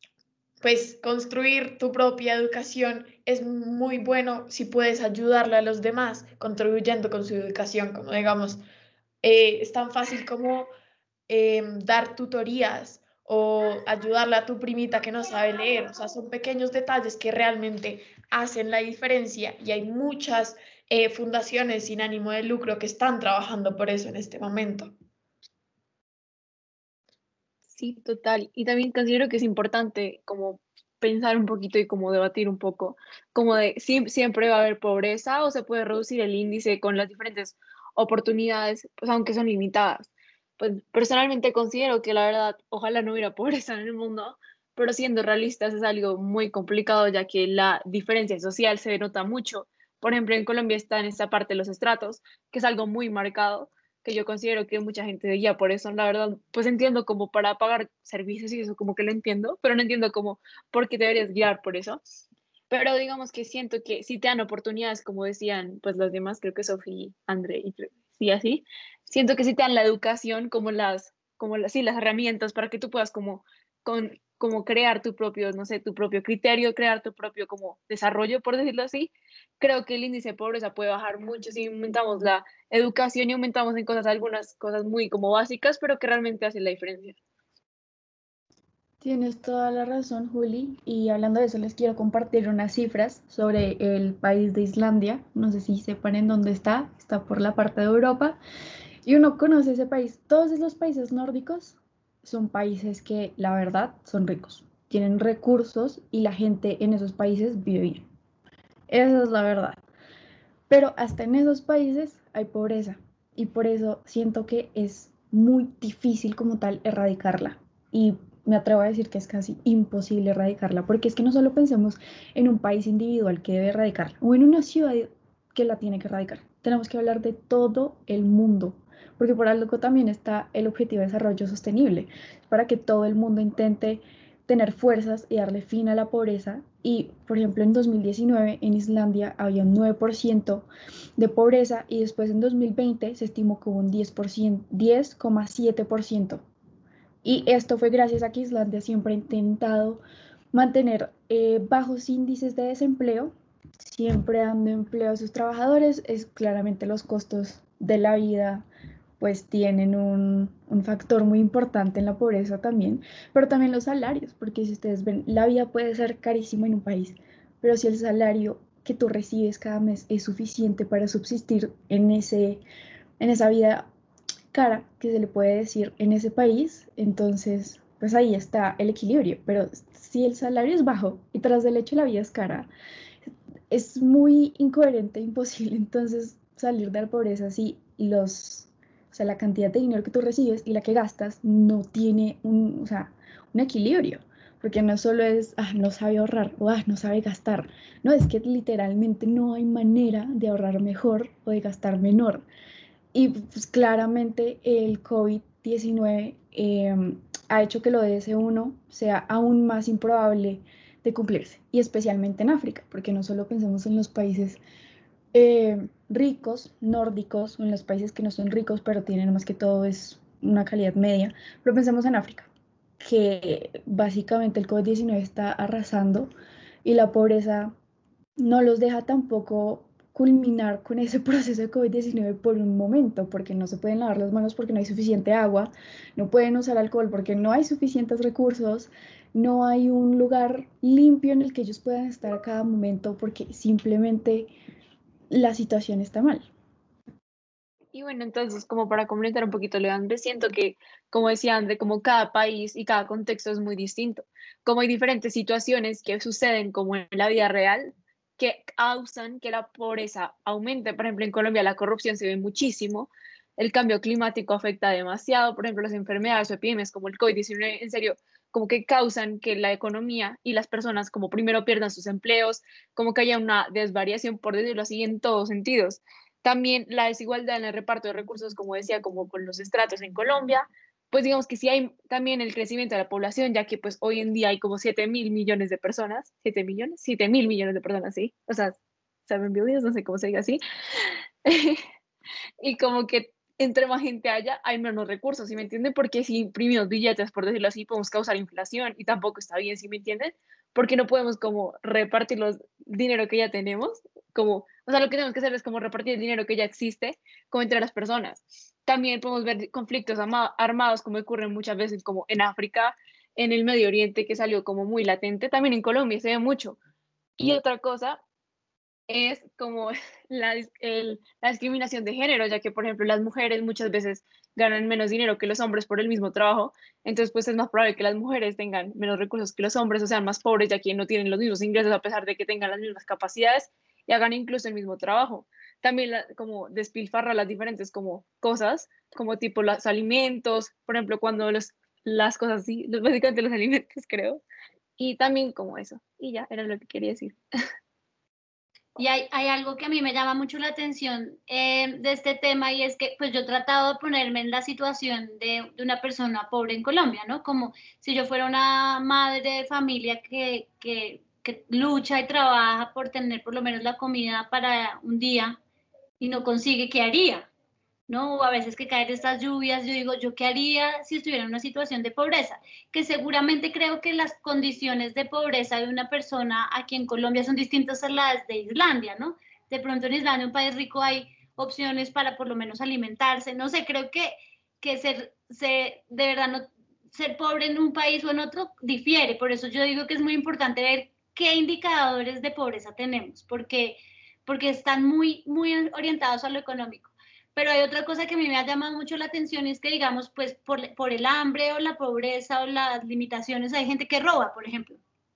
pues construir tu propia educación es muy bueno si puedes ayudarle a los demás contribuyendo con su educación, como digamos, eh, es tan fácil como eh, dar tutorías o ayudarle a tu primita que no sabe leer. O sea, son pequeños detalles que realmente hacen la diferencia y hay muchas eh, fundaciones sin ánimo de lucro que están trabajando por eso en este momento. Sí, total. Y también considero que es importante como pensar un poquito y como debatir un poco, como de si siempre va a haber pobreza o se puede reducir el índice con las diferentes oportunidades, pues aunque son limitadas. Pues personalmente considero que la verdad, ojalá no hubiera pobreza en el mundo, pero siendo realistas es algo muy complicado ya que la diferencia social se denota mucho. Por ejemplo, en Colombia está en esta parte de los estratos, que es algo muy marcado, que yo considero que mucha gente guía por eso, la verdad, pues entiendo como para pagar servicios y eso como que lo entiendo, pero no entiendo como por qué deberías guiar por eso. Pero digamos que siento que si te dan oportunidades, como decían pues los demás, creo que Sofía, André y creo- sí, así, siento que si te dan la educación, como las, como las, sí, las herramientas para que tú puedas como, con, como crear tu propio, no sé, tu propio criterio, crear tu propio como desarrollo, por decirlo así, creo que el índice de pobreza puede bajar mucho si aumentamos la educación y aumentamos en cosas, algunas cosas muy como básicas, pero que realmente hacen la diferencia. Tienes toda la razón, Juli. Y hablando de eso, les quiero compartir unas cifras sobre el país de Islandia. No sé si sepan en dónde está. Está por la parte de Europa. Y uno conoce ese país. Todos los países nórdicos son países que, la verdad, son ricos. Tienen recursos y la gente en esos países vive bien. Esa es la verdad. Pero hasta en esos países hay pobreza. Y por eso siento que es muy difícil como tal erradicarla. Y me atrevo a decir que es casi imposible erradicarla, porque es que no solo pensemos en un país individual que debe erradicarla, o en una ciudad que la tiene que erradicar. Tenemos que hablar de todo el mundo, porque por algo también está el Objetivo de Desarrollo Sostenible, para que todo el mundo intente tener fuerzas y darle fin a la pobreza. Y, por ejemplo, en dos mil diecinueve en Islandia había un nueve por ciento de pobreza y después en dos mil veinte se estimó que hubo un diez por ciento, diez coma siete por ciento. Y esto fue gracias a que Islandia siempre ha intentado mantener eh, bajos índices de desempleo, siempre dando empleo a sus trabajadores. Es claramente los costos de la vida pues tienen un, un factor muy importante en la pobreza también, pero también los salarios, porque si ustedes ven, la vida puede ser carísima en un país, pero si el salario que tú recibes cada mes es suficiente para subsistir en, ese, en esa vida cara que se le puede decir en ese país, entonces pues ahí está el equilibrio, pero si el salario es bajo y tras del hecho la vida es cara, es muy incoherente, imposible entonces salir de la pobreza si los, o sea, la cantidad de dinero que tú recibes y la que gastas no tiene un, o sea, un equilibrio, porque no solo es, ah, no sabe ahorrar o ah, no sabe gastar, no, es que literalmente no hay manera de ahorrar mejor o de gastar menor. Y pues claramente el COVID diecinueve eh, ha hecho que lo de ese uno sea aún más improbable de cumplirse, y especialmente en África, porque no solo pensemos en los países eh, ricos, nórdicos, o en los países que no son ricos, pero tienen más que todo es una calidad media, pero pensemos en África, que básicamente el COVID diecinueve está arrasando y la pobreza no los deja tampoco culminar con ese proceso de COVID diecinueve por un momento, porque no se pueden lavar las manos porque no hay suficiente agua, no pueden usar alcohol porque no hay suficientes recursos, no hay un lugar limpio en el que ellos puedan estar a cada momento porque simplemente la situación está mal. Y bueno, entonces, como para complementar un poquito lo de Andrés, siento que, como decía André, como cada país y cada contexto es muy distinto, como hay diferentes situaciones que suceden como en la vida real que causan que la pobreza aumente. Por ejemplo, en Colombia la corrupción se ve muchísimo, el cambio climático afecta demasiado, por ejemplo, las enfermedades o epidemias como el COVID diecinueve, en serio, como que causan que la economía y las personas como primero pierdan sus empleos, como que haya una desvariación, por decirlo así, en todos sentidos. También la desigualdad en el reparto de recursos, como decía, como con los estratos en Colombia, pues digamos que sí hay también el crecimiento de la población, ya que pues hoy en día hay como siete mil millones de personas, siete millones, siete mil millones de personas, sí, o sea, saben viudas, no sé cómo se diga así, y como que entre más gente haya, hay menos recursos, ¿sí me entienden? Porque si imprimimos billetes, por decirlo así, podemos causar inflación y tampoco está bien, ¿sí me entienden? Porque no podemos como repartir los dinero que ya tenemos, como, o sea, lo que tenemos que hacer es como repartir el dinero que ya existe como entre las personas. También podemos ver conflictos armados como ocurren muchas veces como en África, en el Medio Oriente, que salió como muy latente, también en Colombia se ve mucho. Y otra cosa es como la, dis- el- la discriminación de género, ya que, por ejemplo, las mujeres muchas veces ganan menos dinero que los hombres por el mismo trabajo, entonces pues es más probable que las mujeres tengan menos recursos que los hombres o sean más pobres, ya que no tienen los mismos ingresos a pesar de que tengan las mismas capacidades y hagan incluso el mismo trabajo. También la- como despilfarra las diferentes como cosas, como tipo los alimentos, por ejemplo, cuando los, las cosas, sí, los- básicamente los alimentos, creo, y también como eso, y ya, era lo que quería decir. Y hay, hay algo que a mí me llama mucho la atención eh, de este tema y es que pues yo he tratado de ponerme en la situación de, de una persona pobre en Colombia, ¿no? Como si yo fuera una madre de familia que, que, que lucha y trabaja por tener por lo menos la comida para un día y no consigue, ¿qué haría? ¿No? O a veces que caen estas lluvias, yo digo, ¿yo qué haría si estuviera en una situación de pobreza? Que seguramente creo que las condiciones de pobreza de una persona aquí en Colombia son distintas a las de Islandia, ¿no? De pronto en Islandia, un país rico, hay opciones para por lo menos alimentarse, no sé, creo que, que ser, ser, de verdad, no, ser pobre en un país o en otro difiere, por eso yo digo que es muy importante ver qué indicadores de pobreza tenemos, porque, porque están muy, muy orientados a lo económico. Pero hay otra cosa que a mí me ha llamado mucho la atención y es que, digamos, pues por, por el hambre o la pobreza o las limitaciones, hay gente que roba, por ejemplo.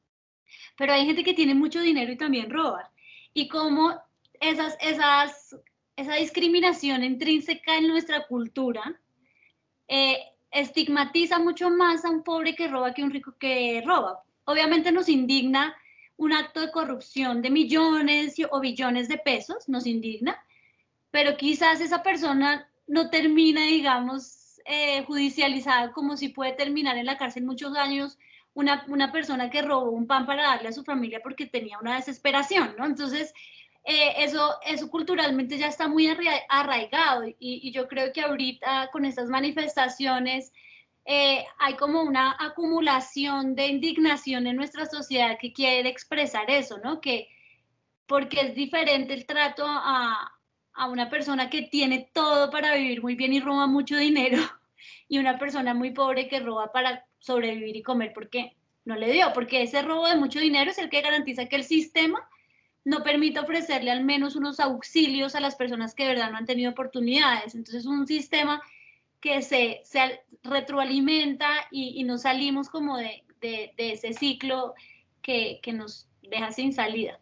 Pero hay gente que tiene mucho dinero y también roba. Y como esas, esas, esa discriminación intrínseca en nuestra cultura eh, estigmatiza mucho más a un pobre que roba que un rico que roba. Obviamente nos indigna un acto de corrupción de millones o billones de pesos, nos indigna, pero quizás esa persona no termina, digamos, eh, judicializada como si puede terminar en la cárcel muchos años una, una persona que robó un pan para darle a su familia porque tenía una desesperación, ¿no? Entonces, eh, eso, eso culturalmente ya está muy arraigado y, y yo creo que ahorita con estas manifestaciones eh, hay como una acumulación de indignación en nuestra sociedad que quiere expresar eso, ¿no? Que porque es diferente el trato a, a una persona que tiene todo para vivir muy bien y roba mucho dinero y una persona muy pobre que roba para sobrevivir y comer porque no le dio, porque ese robo de mucho dinero es el que garantiza que el sistema no permite ofrecerle al menos unos auxilios a las personas que de verdad no han tenido oportunidades. Entonces es un sistema que se, se retroalimenta y, y nos salimos como de, de, de ese ciclo que, que nos deja sin salida.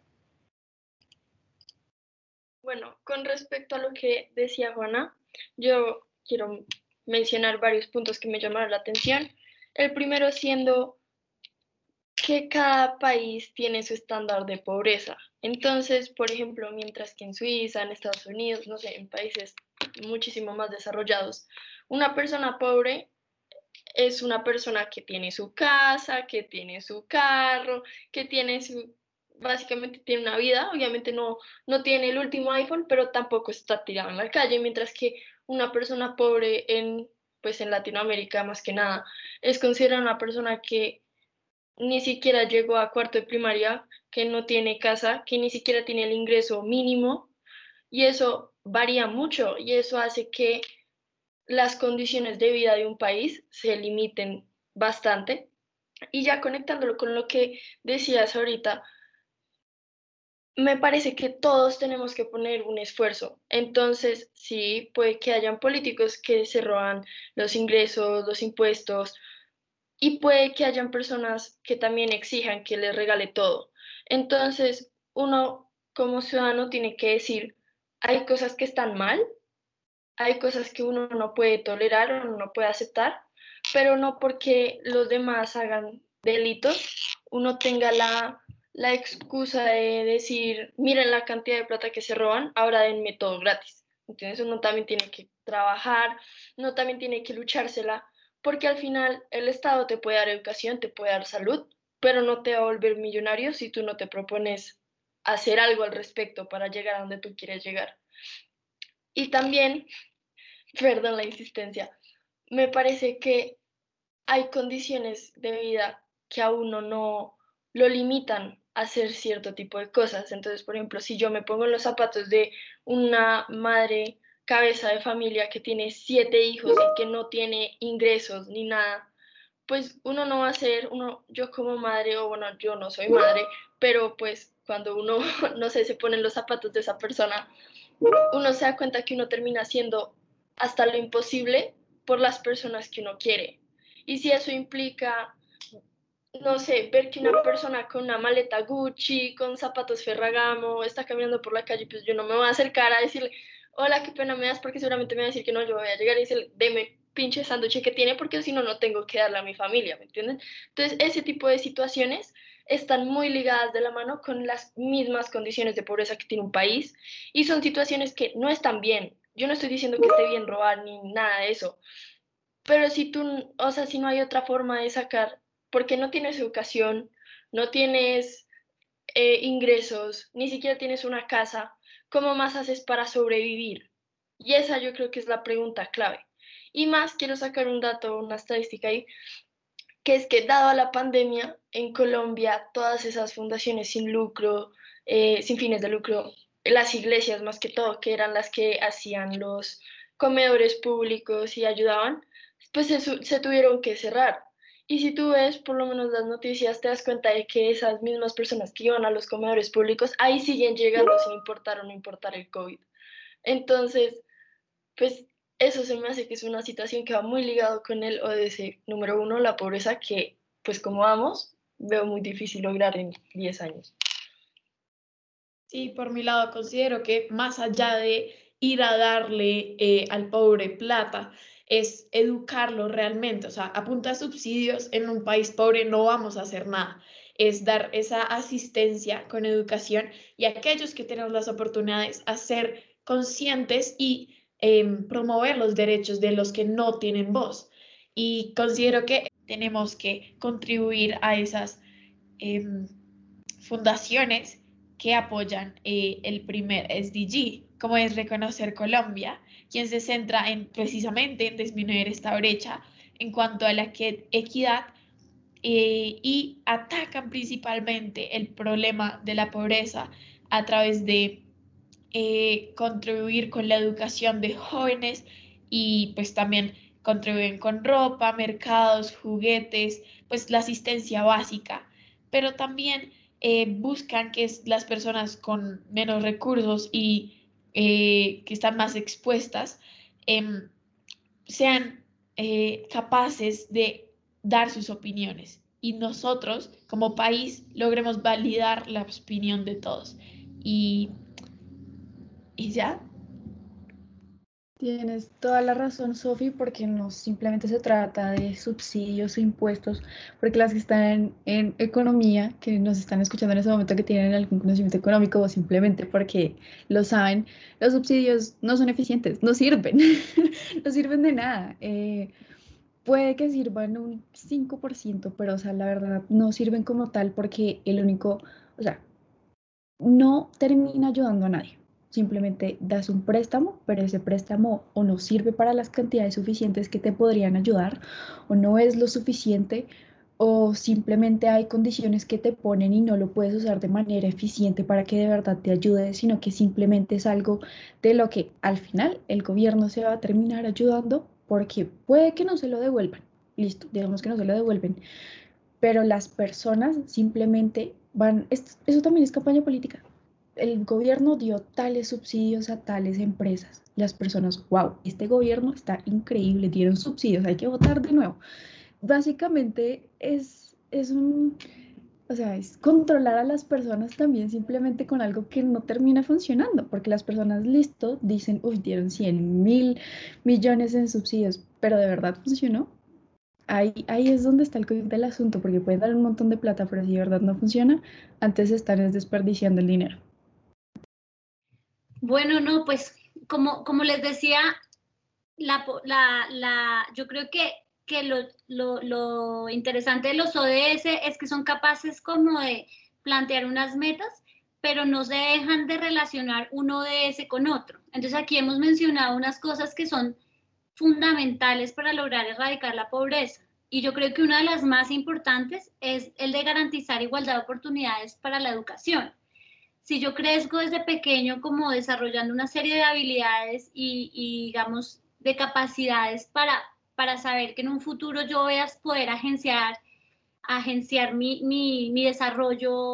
Bueno, con respecto a lo que decía Juana, yo quiero mencionar varios puntos que me llamaron la atención. El primero siendo que cada país tiene su estándar de pobreza. Entonces, por ejemplo, mientras que en Suiza, en Estados Unidos, no sé, en países muchísimo más desarrollados, una persona pobre es una persona que tiene su casa, que tiene su carro, que tiene su, básicamente tiene una vida, obviamente no, no tiene el último iPhone, pero tampoco está tirado en la calle, mientras que una persona pobre en, pues en Latinoamérica más que nada, es considerada una persona que ni siquiera llegó a cuarto de primaria, que no tiene casa, que ni siquiera tiene el ingreso mínimo, y eso varía mucho, y eso hace que las condiciones de vida de un país se limiten bastante. Y ya conectándolo con lo que decías ahorita, me parece que todos tenemos que poner un esfuerzo. Entonces, sí, puede que hayan políticos que se roban los ingresos, los impuestos, y puede que hayan personas que también exijan que les regale todo. Entonces, uno como ciudadano tiene que decir, hay cosas que están mal, hay cosas que uno no puede tolerar o no puede aceptar, pero no porque los demás hagan delitos, uno tenga la, la excusa de decir, miren la cantidad de plata que se roban, ahora denme todo gratis. Entonces uno también tiene que trabajar, uno también tiene que luchársela, porque al final el Estado te puede dar educación, te puede dar salud, pero no te va a volver millonario si tú no te propones hacer algo al respecto para llegar a donde tú quieres llegar. Y también, perdón la insistencia, me parece que hay condiciones de vida que a uno no lo limitan a hacer cierto tipo de cosas. Entonces, por ejemplo, si yo me pongo en los zapatos de una madre cabeza de familia que tiene siete hijos y que no tiene ingresos ni nada, pues uno no va a ser, uno, yo como madre, o bueno, yo no soy madre, pero pues cuando uno, no sé, se pone en los zapatos de esa persona, uno se da cuenta que uno termina haciendo hasta lo imposible por las personas que uno quiere. Y si eso implica, no sé, ver que una persona con una maleta Gucci, con zapatos Ferragamo, está caminando por la calle, pues yo no me voy a acercar a decirle, hola, qué pena me das, porque seguramente me va a decir que no, yo voy a llegar y decirle, deme pinche sándwich que tiene, porque si no, no tengo que darle a mi familia, ¿me entienden? Entonces, ese tipo de situaciones están muy ligadas de la mano con las mismas condiciones de pobreza que tiene un país, y son situaciones que no están bien. Yo no estoy diciendo que esté bien robar ni nada de eso, pero si tú, o sea, si no hay otra forma de sacar, porque no tienes educación, no tienes eh, ingresos, ni siquiera tienes una casa, ¿cómo más haces para sobrevivir? Y esa yo creo que es la pregunta clave. Y más quiero sacar un dato, una estadística ahí, que es que dado la pandemia, en Colombia todas esas fundaciones sin lucro, eh, sin fines de lucro, las iglesias más que todo, que eran las que hacían los comedores públicos y ayudaban, pues se, se tuvieron que cerrar. Y si tú ves por lo menos las noticias, te das cuenta de que esas mismas personas que iban a los comedores públicos, ahí siguen llegando sin importar o no importar el COVID. Entonces, pues eso se me hace que es una situación que va muy ligado con el O D S número uno, la pobreza, que pues como vamos, veo muy difícil lograr en diez años. Sí, por mi lado considero que más allá de ir a darle eh, al pobre plata, es educarlo realmente. O sea, a punta de subsidios en un país pobre no vamos a hacer nada. Es dar esa asistencia con educación y a aquellos que tenemos las oportunidades a ser conscientes y eh, promover los derechos de los que no tienen voz. Y considero que tenemos que contribuir a esas eh, fundaciones que apoyan eh, el primer S D G, como es Reconocer Colombia, quien se centra en precisamente en disminuir esta brecha en cuanto a la que, equidad eh, y atacan principalmente el problema de la pobreza a través de eh, contribuir con la educación de jóvenes y pues también contribuyen con ropa, mercados, juguetes, pues la asistencia básica, pero también eh, buscan que las personas con menos recursos y eh, que están más expuestas eh, sean eh, capaces de dar sus opiniones y nosotros como país logremos validar la opinión de todos. Y, y ya. Tienes toda la razón, Sofi, porque no simplemente se trata de subsidios o impuestos, porque las que están en, en economía, que nos están escuchando en ese momento, que tienen algún conocimiento económico o simplemente porque lo saben, los subsidios no son eficientes, no sirven, no sirven de nada. Eh, puede que sirvan un cinco por ciento, pero o sea, la verdad no sirven como tal porque el único, o sea, no termina ayudando a nadie. Simplemente das un préstamo, pero ese préstamo o no sirve para las cantidades suficientes que te podrían ayudar, o no es lo suficiente, o simplemente hay condiciones que te ponen y no lo puedes usar de manera eficiente para que de verdad te ayude, sino que simplemente es algo de lo que al final el gobierno se va a terminar ayudando porque puede que no se lo devuelvan. Listo, digamos que no se lo devuelven, pero las personas simplemente van, eso también es campaña política. El gobierno dio tales subsidios a tales empresas. Las personas, wow, este gobierno está increíble, dieron subsidios, hay que votar de nuevo. Básicamente es, es un, o sea, es controlar a las personas también simplemente con algo que no termina funcionando, porque las personas, listo, dicen, uy, dieron cien mil millones en subsidios, pero ¿de verdad funcionó? Ahí, ahí es donde está el quid del asunto, porque pueden dar un montón de plata, pero si de verdad no funciona, antes están es desperdiciando el dinero. Bueno, no, pues como, como les decía, la, la, la, yo creo que, que lo, lo, lo interesante de los O D S es que son capaces como de plantear unas metas, pero no se dejan de relacionar un O D S con otro. Entonces aquí hemos mencionado unas cosas que son fundamentales para lograr erradicar la pobreza. Y yo creo que una de las más importantes es el de garantizar igualdad de oportunidades para la educación. Si yo crezco desde pequeño como desarrollando una serie de habilidades y, y digamos, de capacidades para, para saber que en un futuro yo voy a poder agenciar, agenciar mi, mi, mi desarrollo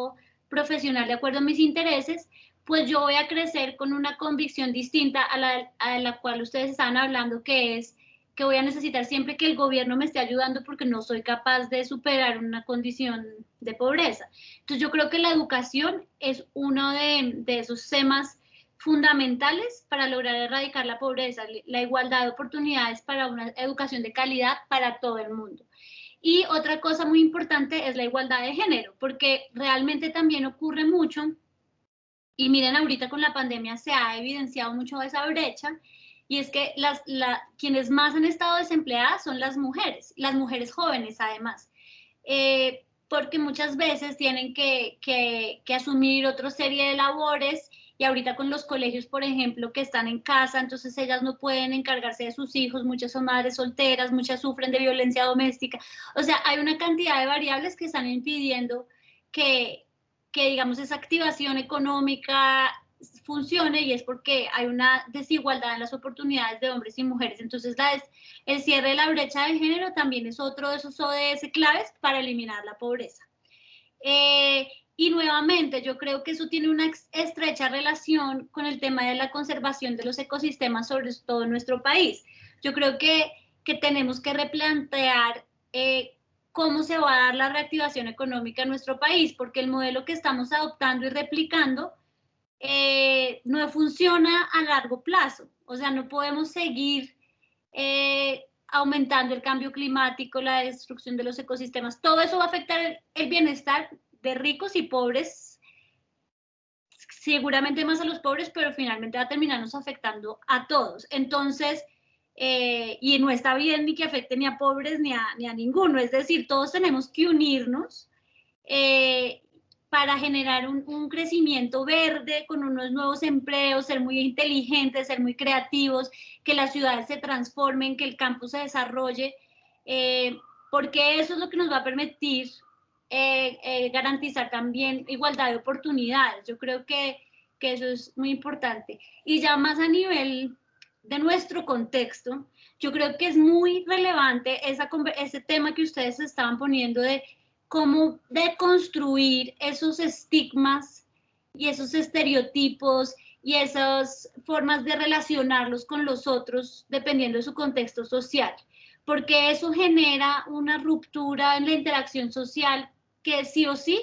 profesional de acuerdo a mis intereses, pues yo voy a crecer con una convicción distinta a la, a la cual ustedes estaban hablando, que es que voy a necesitar siempre que el gobierno me esté ayudando porque no soy capaz de superar una condición de pobreza. Entonces yo creo que la educación es uno de, de esos temas fundamentales para lograr erradicar la pobreza, la igualdad de oportunidades para una educación de calidad para todo el mundo. Y otra cosa muy importante es la igualdad de género, porque realmente también ocurre mucho, y miren, ahorita con la pandemia se ha evidenciado mucho esa brecha, y es que las, la, quienes más han estado desempleadas son las mujeres, las mujeres jóvenes además, eh, porque muchas veces tienen que, que, que asumir otra serie de labores, y ahorita con los colegios, por ejemplo, que están en casa, entonces ellas no pueden encargarse de sus hijos, muchas son madres solteras, muchas sufren de violencia doméstica, o sea, hay una cantidad de variables que están impidiendo que, que digamos, esa activación económica funcione, y es porque hay una desigualdad en las oportunidades de hombres y mujeres. Entonces la es, el cierre de la brecha de género también es otro de esos O D S claves para eliminar la pobreza. Eh, y nuevamente yo creo que eso tiene una estrecha relación con el tema de la conservación de los ecosistemas, sobre todo en nuestro país. Yo creo que, que tenemos que replantear eh, cómo se va a dar la reactivación económica en nuestro país, porque el modelo que estamos adoptando y replicando Eh, no funciona a largo plazo. O sea, no podemos seguir eh, aumentando el cambio climático, la destrucción de los ecosistemas. Todo eso va a afectar el, el bienestar de ricos y pobres, seguramente más a los pobres, pero finalmente va a terminarnos afectando a todos. Entonces, eh, y no está bien ni que afecte ni a pobres ni a, ni a ninguno. Es decir, todos tenemos que unirnos eh, para generar un, un crecimiento verde con unos nuevos empleos, ser muy inteligentes, ser muy creativos, que las ciudades se transformen, que el campo se desarrolle, eh, porque eso es lo que nos va a permitir eh, eh, garantizar también igualdad de oportunidades. Yo creo que, que eso es muy importante. Y ya más a nivel de nuestro contexto, yo creo que es muy relevante esa, ese tema que ustedes estaban poniendo de cómo deconstruir esos estigmas y esos estereotipos y esas formas de relacionarlos con los otros dependiendo de su contexto social, porque eso genera una ruptura en la interacción social que sí o sí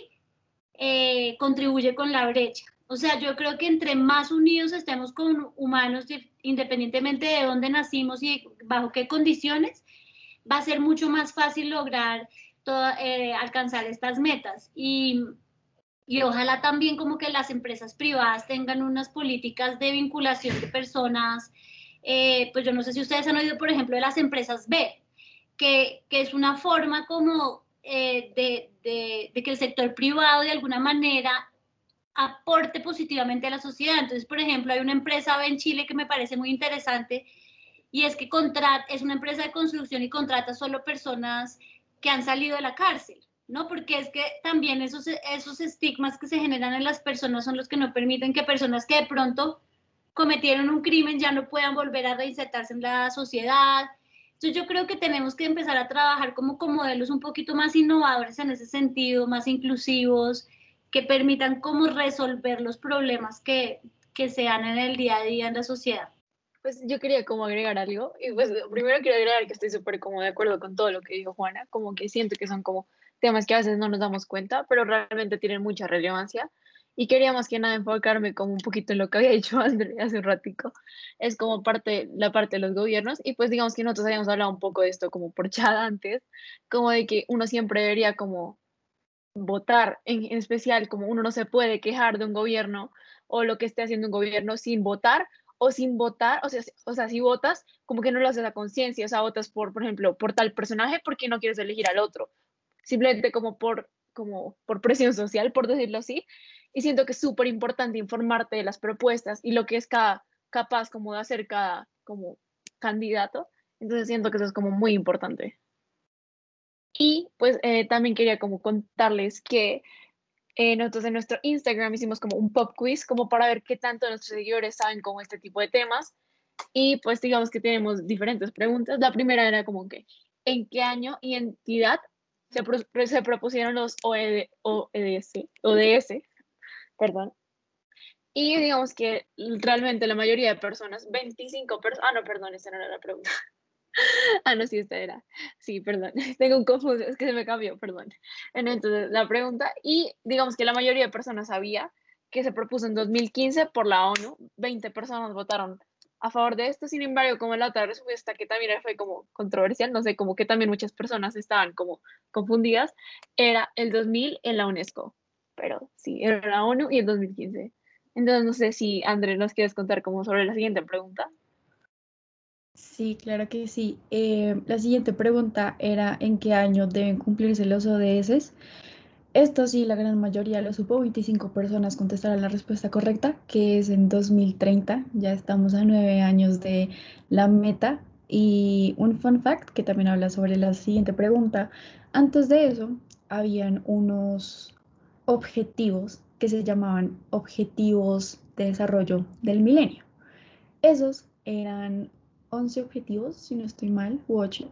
eh, contribuye con la brecha. O sea, yo creo que entre más unidos estemos con humanos, independientemente de dónde nacimos y bajo qué condiciones, va a ser mucho más fácil lograr Toda, eh, alcanzar estas metas. Y, y ojalá también como que las empresas privadas tengan unas políticas de vinculación de personas, eh, pues yo no sé si ustedes han oído, por ejemplo, de las empresas B, que, que es una forma como eh, de, de, de que el sector privado de alguna manera aporte positivamente a la sociedad. Entonces, por ejemplo, hay una empresa B en Chile que me parece muy interesante, y es que contrata, es una empresa de construcción y contrata solo personas que han salido de la cárcel, ¿no? Porque es que también esos, esos estigmas que se generan en las personas son los que no permiten que personas que de pronto cometieron un crimen ya no puedan volver a reinsertarse en la sociedad. Entonces yo creo que tenemos que empezar a trabajar como con modelos un poquito más innovadores en ese sentido, más inclusivos, que permitan como resolver los problemas que, que se dan en el día a día en la sociedad. Pues yo quería como agregar algo, y pues primero quiero agregar que estoy súper como de acuerdo con todo lo que dijo Juana, como que siento que son como temas que a veces no nos damos cuenta, pero realmente tienen mucha relevancia, y quería más que nada enfocarme como un poquito en lo que había dicho André hace un ratico, es como parte, la parte de los gobiernos, y pues digamos que nosotros habíamos hablado un poco de esto como por chat antes, como de que uno siempre debería como votar, en, en especial como uno no se puede quejar de un gobierno o lo que esté haciendo un gobierno sin votar, o sin votar, o sea, o sea, si votas, como que no lo haces a conciencia, o sea, votas por, por ejemplo, por tal personaje porque no quieres elegir al otro, simplemente como por, como por presión social, por decirlo así, y siento que es súper importante informarte de las propuestas y lo que es cada, capaz como de hacer cada como candidato, entonces siento que eso es como muy importante. Y pues eh, también quería como contarles que Eh, nosotros en nuestro Instagram hicimos como un pop quiz como para ver qué tanto nuestros seguidores saben como este tipo de temas, y pues digamos que tenemos diferentes preguntas. La primera era como que ¿en qué año y entidad se, pro se propusieron los O E D, O E D S, O D S perdón. Y digamos que realmente la mayoría de personas, veinticinco personas, ah, no, perdón, esa no era la pregunta. Ah, no, sí, esta era. Sí, perdón, tengo un confuso, es que se me cambió, perdón. Entonces, la pregunta, y digamos que la mayoría de personas sabía que se propuso en dos mil quince por la ONU, veinte personas votaron a favor de esto, sin embargo, como la otra respuesta que también fue como controversial, no sé, como que también muchas personas estaban como confundidas, era el dos mil en la UNESCO, pero sí, era la ONU y el dos mil quince. Entonces, no sé si, André, nos quieres contar como sobre la siguiente pregunta. Sí, claro que sí. Eh, la siguiente pregunta era ¿en qué año deben cumplirse los O D S? Esto sí, la gran mayoría lo supo, veinticinco personas contestaron la respuesta correcta, que es en dos mil treinta. Ya estamos a nueve años de la meta. Y un fun fact que también habla sobre la siguiente pregunta. Antes de eso, habían unos objetivos que se llamaban Objetivos de Desarrollo del Milenio. Esos eran once objetivos, si no estoy mal, u ocho,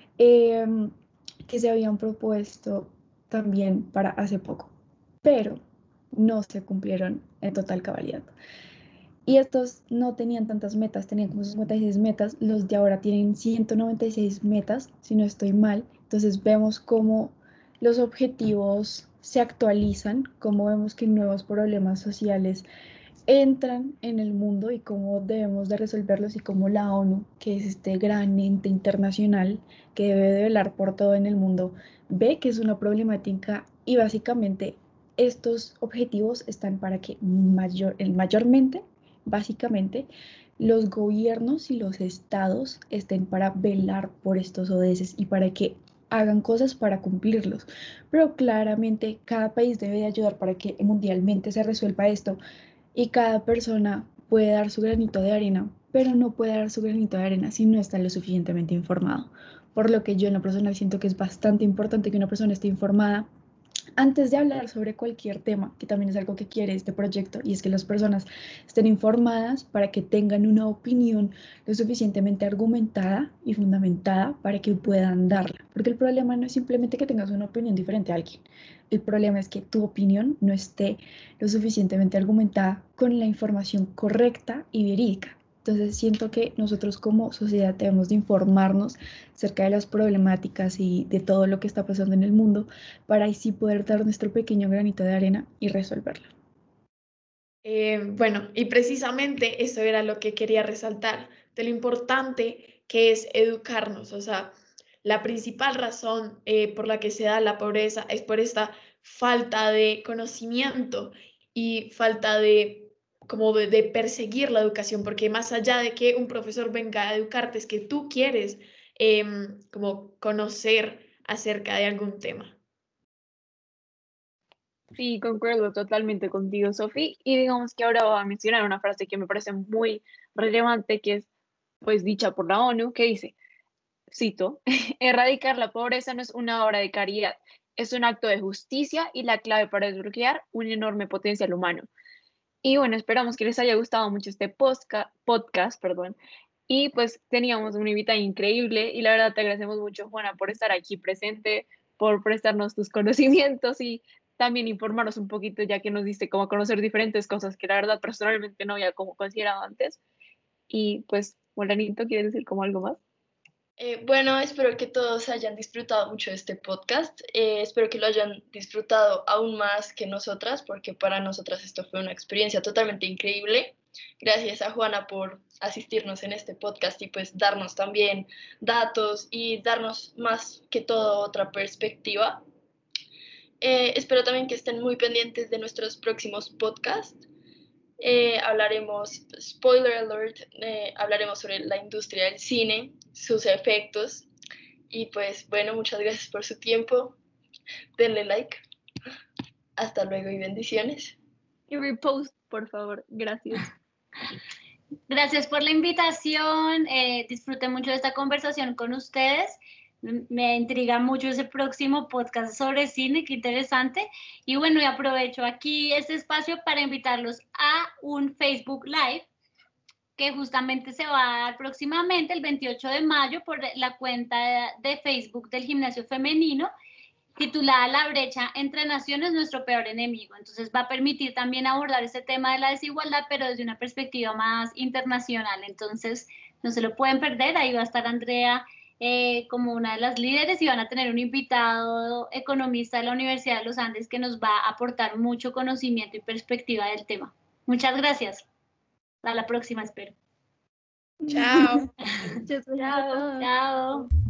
em, que se habían propuesto también para hace poco, pero no se cumplieron en total cabalidad. Y estos no tenían tantas metas, tenían como cincuenta y seis metas, los de ahora tienen ciento noventa y seis metas, si no estoy mal. Entonces vemos cómo los objetivos se actualizan, cómo vemos que nuevos problemas sociales entran en el mundo y cómo debemos de resolverlos y cómo la ONU, que es este gran ente internacional que debe de velar por todo en el mundo, ve que es una problemática y básicamente estos objetivos están para que mayor, mayormente, básicamente, los gobiernos y los estados estén para velar por estos O D S y para que hagan cosas para cumplirlos. Pero claramente cada país debe de ayudar para que mundialmente se resuelva esto y cada persona puede dar su granito de arena, pero no puede dar su granito de arena si no está lo suficientemente informado. Por lo que yo en lo personal siento que es bastante importante que una persona esté informada antes de hablar sobre cualquier tema, que también es algo que quiere este proyecto, y es que las personas estén informadas para que tengan una opinión lo suficientemente argumentada y fundamentada para que puedan darla. Porque el problema no es simplemente que tengas una opinión diferente a alguien. El problema es que tu opinión no esté lo suficientemente argumentada con la información correcta y verídica. Entonces siento que nosotros como sociedad debemos de informarnos acerca de las problemáticas y de todo lo que está pasando en el mundo para así poder dar nuestro pequeño granito de arena y resolverlo. Eh, bueno, y precisamente eso era lo que quería resaltar, de lo importante que es educarnos. O sea, la principal razón eh, por la que se da la pobreza es por esta falta de conocimiento y falta de como de, de perseguir la educación, porque más allá de que un profesor venga a educarte, es que tú quieres em, como conocer acerca de algún tema. Sí, concuerdo totalmente contigo, Sofi. Y digamos que ahora voy a mencionar una frase que me parece muy relevante, que es pues dicha por la ONU, que dice, cito, erradicar la pobreza no es una obra de caridad, es un acto de justicia y la clave para desbloquear un enorme potencial humano. Y bueno, esperamos que les haya gustado mucho este posca- podcast, perdón. Y pues teníamos una invitada increíble y la verdad te agradecemos mucho, Juana, por estar aquí presente, por prestarnos tus conocimientos y también informarnos un poquito, ya que nos diste como a conocer diferentes cosas que la verdad personalmente no había como considerado antes. Y pues, Molanito, ¿quieres decir como algo más? Eh, bueno, espero que todos hayan disfrutado mucho de este podcast. Eh, espero que lo hayan disfrutado aún más que nosotras, porque para nosotras esto fue una experiencia totalmente increíble. Gracias a Juana por asistirnos en este podcast y pues darnos también datos y darnos más que todo otra perspectiva. Eh, espero también que estén muy pendientes de nuestros próximos podcasts. Eh, hablaremos, spoiler alert, eh, hablaremos sobre la industria del cine, sus efectos. Y pues bueno, muchas gracias por su tiempo. Denle like. Hasta luego y bendiciones. Y repost, por favor. Gracias. Gracias por la invitación. Eh, disfruté mucho de esta conversación con ustedes. Me intriga mucho ese próximo podcast sobre cine, qué interesante. Y bueno, y aprovecho aquí este espacio para invitarlos a un Facebook Live que justamente se va a dar próximamente el veintiocho de mayo por la cuenta de Facebook del Gimnasio Femenino. titulada La brecha entre naciones, nuestro peor enemigo. Entonces va a permitir también abordar este tema de la desigualdad, pero desde una perspectiva más internacional. Entonces no se lo pueden perder, ahí va a estar Andrea eh, como una de las líderes y van a tener un invitado economista de la Universidad de los Andes que nos va a aportar mucho conocimiento y perspectiva del tema. Muchas gracias. A la próxima, espero. Chao. Muchas gracias a Chao. todos. Chao.